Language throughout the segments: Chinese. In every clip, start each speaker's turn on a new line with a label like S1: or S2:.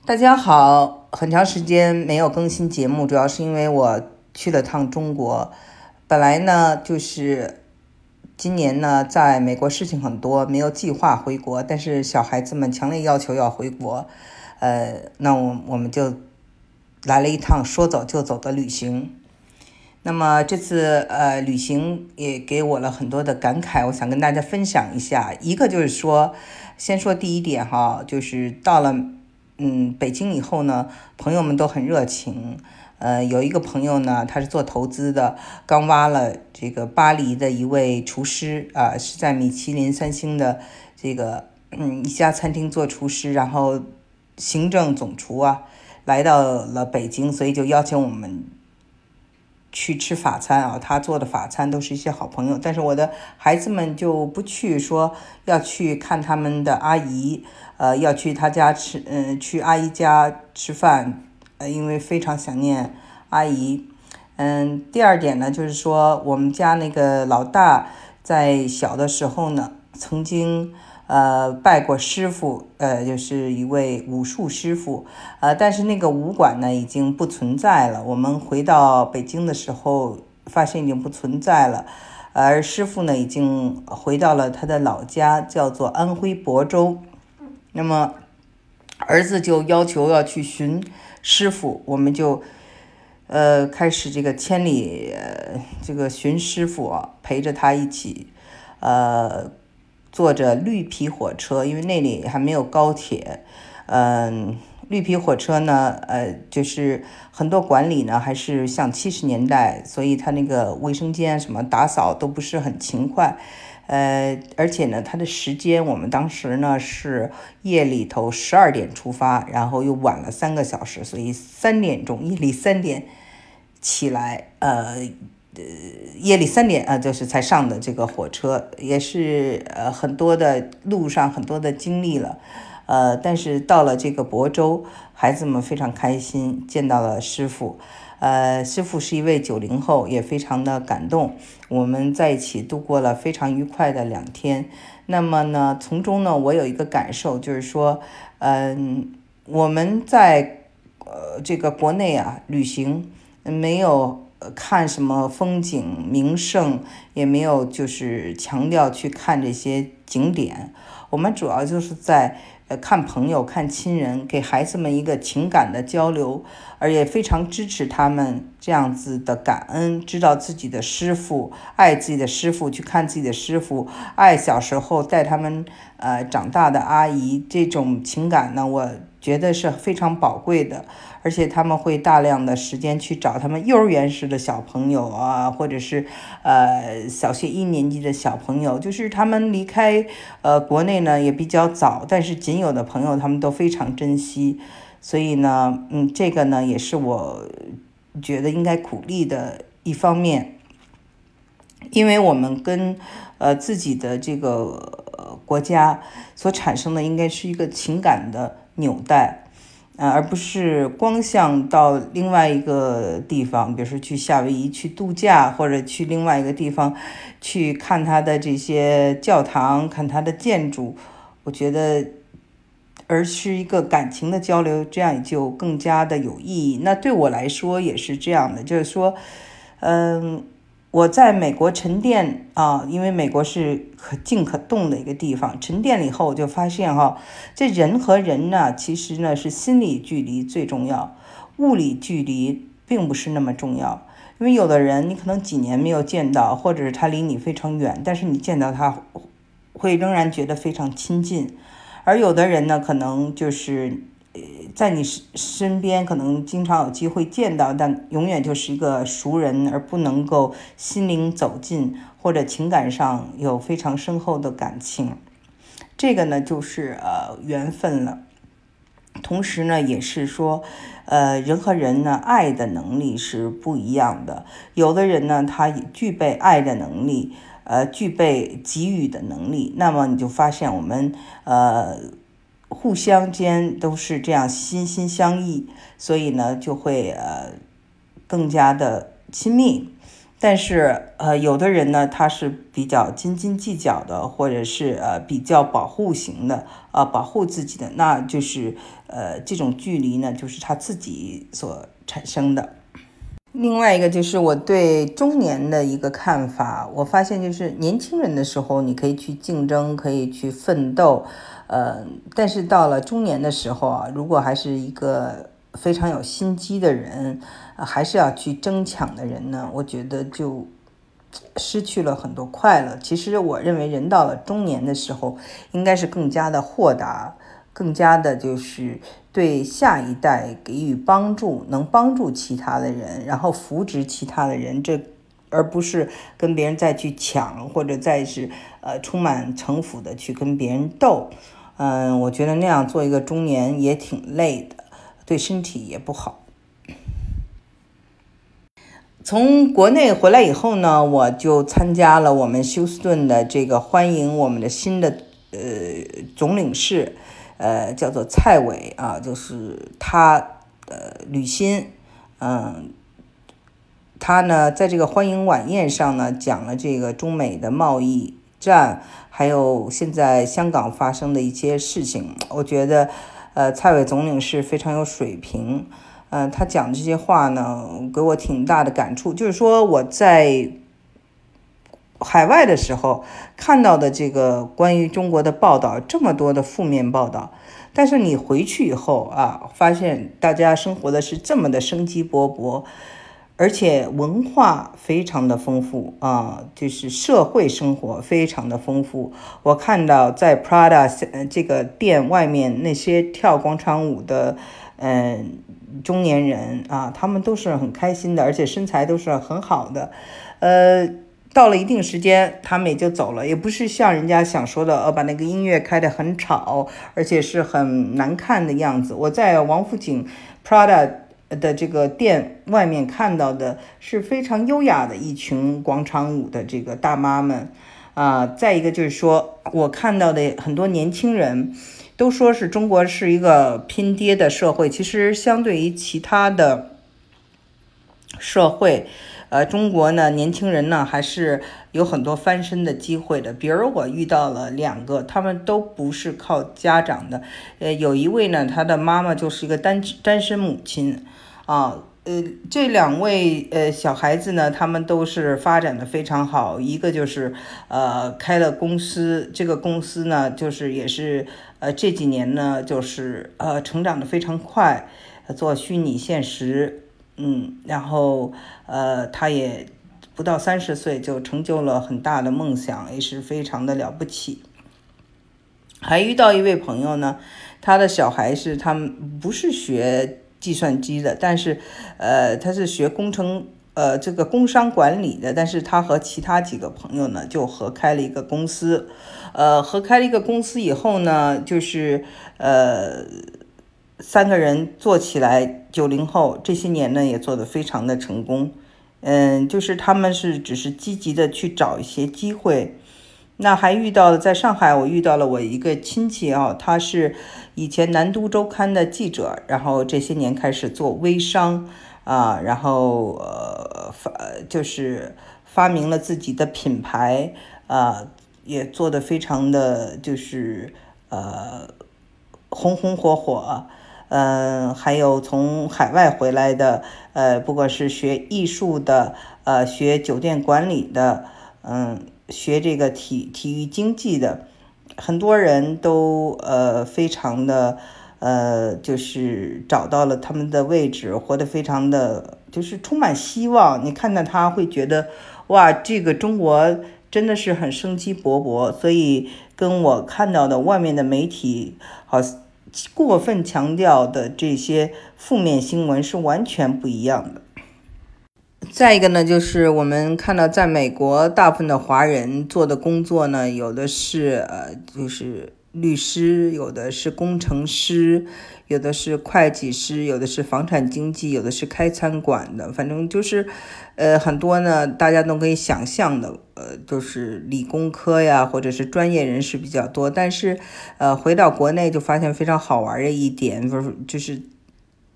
S1: 大家好，很长时间没有更新节目，主要是因为我去了趟中国。本来呢，就是今年呢，在美国事情很多，没有计划回国，但是小孩子们强烈要求要回国，那我们就来了一趟说走就走的旅行。那么这次旅行也给我了很多的感慨，我想跟大家分享一下。一个就是说，先说第一点哈，就是到了北京以后呢，朋友们都很热情。有一个朋友呢，他是做投资的，刚挖了这个巴黎的一位厨师啊，是在米其林3星的这个一家餐厅做厨师，然后行政总厨啊，来到了北京，所以就邀请我们去吃法餐啊，他做的法餐都是一些好朋友，但是我的孩子们就不去，说要去看他们的阿姨，要去他家吃，去阿姨家吃饭，因为非常想念阿姨。第二点呢，就是说我们家那个老大在小的时候呢，曾经拜过师傅，就是一位武术师傅，但是那个武馆呢已经不存在了。我们回到北京的时候，发现已经不存在了，而师傅呢已经回到了他的老家，叫做安徽亳州。那么儿子就要求要去寻师傅，我们就开始这个千里这个寻师傅啊，陪着他一起坐着绿皮火车，因为那里还没有高铁。绿皮火车呢，就是很多管理呢还是像70年代，所以它那个卫生间什么打扫都不是很勤快。而且呢，它的时间我们当时呢是夜里头12点出发，然后又晚了3个小时，所以3点钟，夜里3点起来，夜里3点就是才上的这个火车，也是很多的路上很多的经历了。但是到了这个亳州，孩子们非常开心，见到了师傅。师傅是一位90后，也非常的感动。我们在一起度过了非常愉快的2天。那么呢，从中呢，我有一个感受，就是说，我们在这个国内啊旅行，没有看什么风景名胜，也没有就是强调去看这些景点。我们主要就是在看朋友、看亲人，给孩子们一个情感的交流，而也非常支持他们这样子的感恩，知道自己的师傅，爱自己的师傅，去看自己的师傅，爱小时候带他们长大的阿姨，这种情感呢，我觉得是非常宝贵的。而且他们会大量的时间去找他们幼儿园时的小朋友啊，或者是小学1年级的小朋友，就是他们离开国内呢也比较早，但是仅有的朋友他们都非常珍惜。所以呢，这个呢也是我觉得应该鼓励的一方面，因为我们跟自己的这个国家所产生的应该是一个情感的纽带。而不是光想到另外一个地方，比如说去夏威夷去度假，或者去另外一个地方去看它的这些教堂，看它的建筑。我觉得而是一个感情的交流，这样也就更加的有意义。那对我来说也是这样的，就是说我在美国沉淀啊，因为美国是可静可动的一个地方。沉淀了以后，我就发现这人和人呢，其实呢是心理距离最重要，物理距离并不是那么重要。因为有的人你可能几年没有见到，或者是他离你非常远，但是你见到他会仍然觉得非常亲近。而有的人呢，可能就是在你身边可能经常有机会见到，但永远就是一个熟人，而不能够心灵走近，或者情感上有非常深厚的感情。这个呢就是缘分了。同时呢也是说人和人呢爱的能力是不一样的。有的人呢他也具备爱的能力，具备给予的能力，那么你就发现我们互相间都是这样心心相印，所以呢就会更加的亲密。 但是有的人呢，他是比较斤斤计较的，或者是比较保护型的，保护自己的，那就是这种距离呢，就是他自己所产生的。另外一个就是我对中年的一个看法，我发现就是年轻人的时候你可以去竞争，可以去奋斗，但是到了中年的时候啊，如果还是一个非常有心机的人，还是要去争抢的人呢，我觉得就失去了很多快乐。其实我认为人到了中年的时候，应该是更加的豁达，更加的就是对下一代给予帮助，能帮助其他的人，然后扶植其他的人，而不是跟别人再去抢，或者再是充满城府的去跟别人斗。我觉得那样做一个中年也挺累的，对身体也不好。从国内回来以后呢，我就参加了我们休斯顿的这个欢迎我们的新的总领事，叫做蔡伟啊，就是他吕新，他呢在这个欢迎晚宴上呢讲了这个中美的贸易战，还有现在香港发生的一些事情。我觉得蔡伟总领事非常有水平。他讲这些话呢，给我挺大的感触。就是说我在海外的时候看到的这个关于中国的报道，这么多的负面报道，但是你回去以后啊，发现大家生活的是这么的生机勃勃，而且文化非常的丰富啊，就是社会生活非常的丰富。我看到在 Prada 这个店外面那些跳广场舞的中年人啊，他们都是很开心的，而且身材都是很好的。到了一定时间他们也就走了，也不是像人家想说的把那个音乐开得很吵，而且是很难看的样子。我在王府井 Prada 的这个店外面看到的是非常优雅的一群广场舞的这个大妈们再一个就是说，我看到的很多年轻人都说是中国是一个拼爹的社会，其实相对于其他的社会，中国呢年轻人呢还是有很多翻身的机会的。比如我遇到了2个，他们都不是靠家长的，有一位呢他的妈妈就是一个单身母亲啊。这2位小孩子呢，他们都是发展的非常好。一个就是开了公司，这个公司呢就是也是这几年呢就是成长的非常快，做虚拟现实。然后他也不到30岁就成就了很大的梦想，也是非常的了不起。还遇到一位朋友呢，他的小孩是他们不是学计算机的，但是他是学这个工商管理的，但是他和其他几个朋友呢就合开了一个公司。合开了一个公司以后呢，就是3个人做起来，90后这些年呢也做得非常的成功。就是他们只是积极的去找一些机会。那还遇到了在上海，我遇到了我一个亲戚他是以前南都周刊的记者，然后这些年开始做微商然后就是发明了自己的品牌也做得非常的就是红红火火。还有从海外回来的，不管是学艺术的，学酒店管理的，学这个体育经济的，很多人都非常的就是找到了他们的位置，活得非常的就是充满希望。你看到他会觉得哇，这个中国真的是很生机勃勃。所以跟我看到的外面的媒体过分强调的这些负面新闻是完全不一样的。再一个呢，就是我们看到在美国大部分的华人做的工作呢，有的是就是律师，有的是工程师，有的是会计师，有的是房产经纪，有的是开餐馆的，反正就是很多呢大家都可以想象的，就是理工科呀，或者是专业人士比较多。但是回到国内就发现非常好玩的一点，就是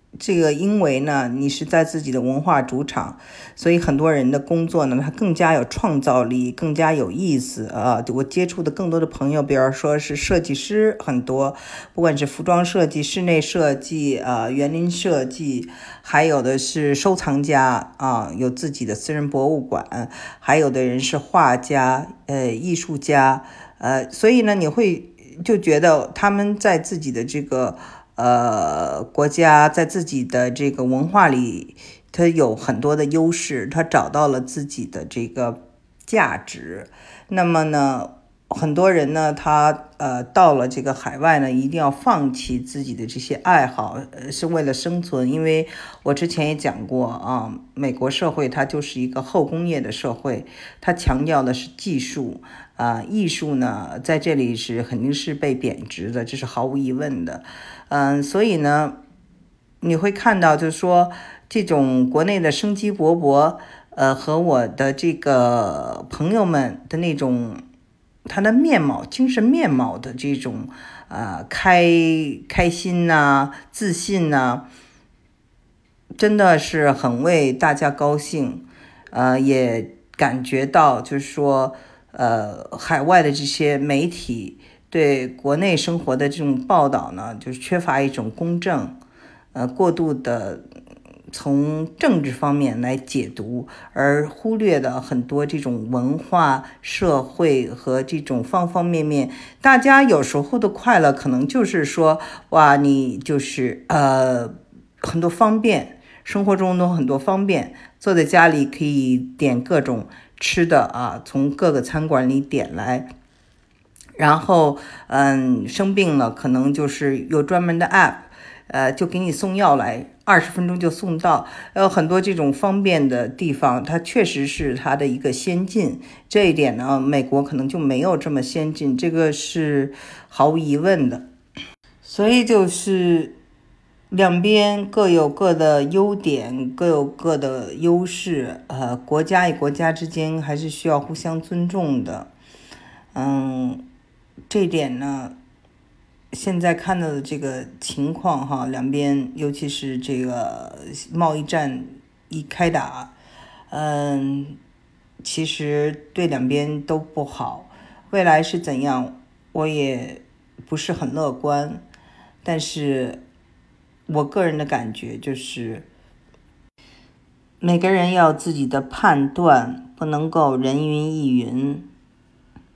S1: 这个因为呢，你是在自己的文化主场，所以很多人的工作呢，它更加有创造力，更加有意思啊。我接触的更多的朋友，比如说是设计师很多，不管是服装设计、室内设计、园林设计，还有的是收藏家啊，有自己的私人博物馆，还有的人是画家、艺术家，所以呢，你会就觉得他们在自己的这个国家，在自己的这个文化里，他有很多的优势，他找到了自己的这个价值。那么呢，很多人呢，他到了这个海外呢，一定要放弃自己的这些爱好，是为了生存。因为我之前也讲过啊，美国社会它就是一个后工业的社会，它强调的是技术。艺术呢，在这里是肯定是被贬值的，这是毫无疑问的。所以呢，你会看到，就是说这种国内的生机勃勃，和我的这个朋友们的那种他的面貌、精神面貌的这种开心呐、自信呐、真的是很为大家高兴。也感觉到就是说。海外的这些媒体对国内生活的这种报道呢，就是缺乏一种公正，过度的从政治方面来解读，而忽略了很多这种文化、社会和这种方方面面。大家有时候的快乐，可能就是说，哇，你就是很多方便。生活中都很多方便，坐在家里可以点各种吃的啊，从各个餐馆里点来。然后生病了可能就是有专门的 app，就给你送药来，20分钟就送到。很多这种方便的地方，它确实是它的一个先进。这一点呢，美国可能就没有这么先进，这个是毫无疑问的。所以就是两边各有各的优点，各有各的优势。国家与国家之间还是需要互相尊重的。这点呢，现在看到的这个情况哈，两边尤其是这个贸易战一开打，其实对两边都不好。未来是怎样，我也不是很乐观。但是我个人的感觉就是，每个人要有自己的判断，不能够人云亦云。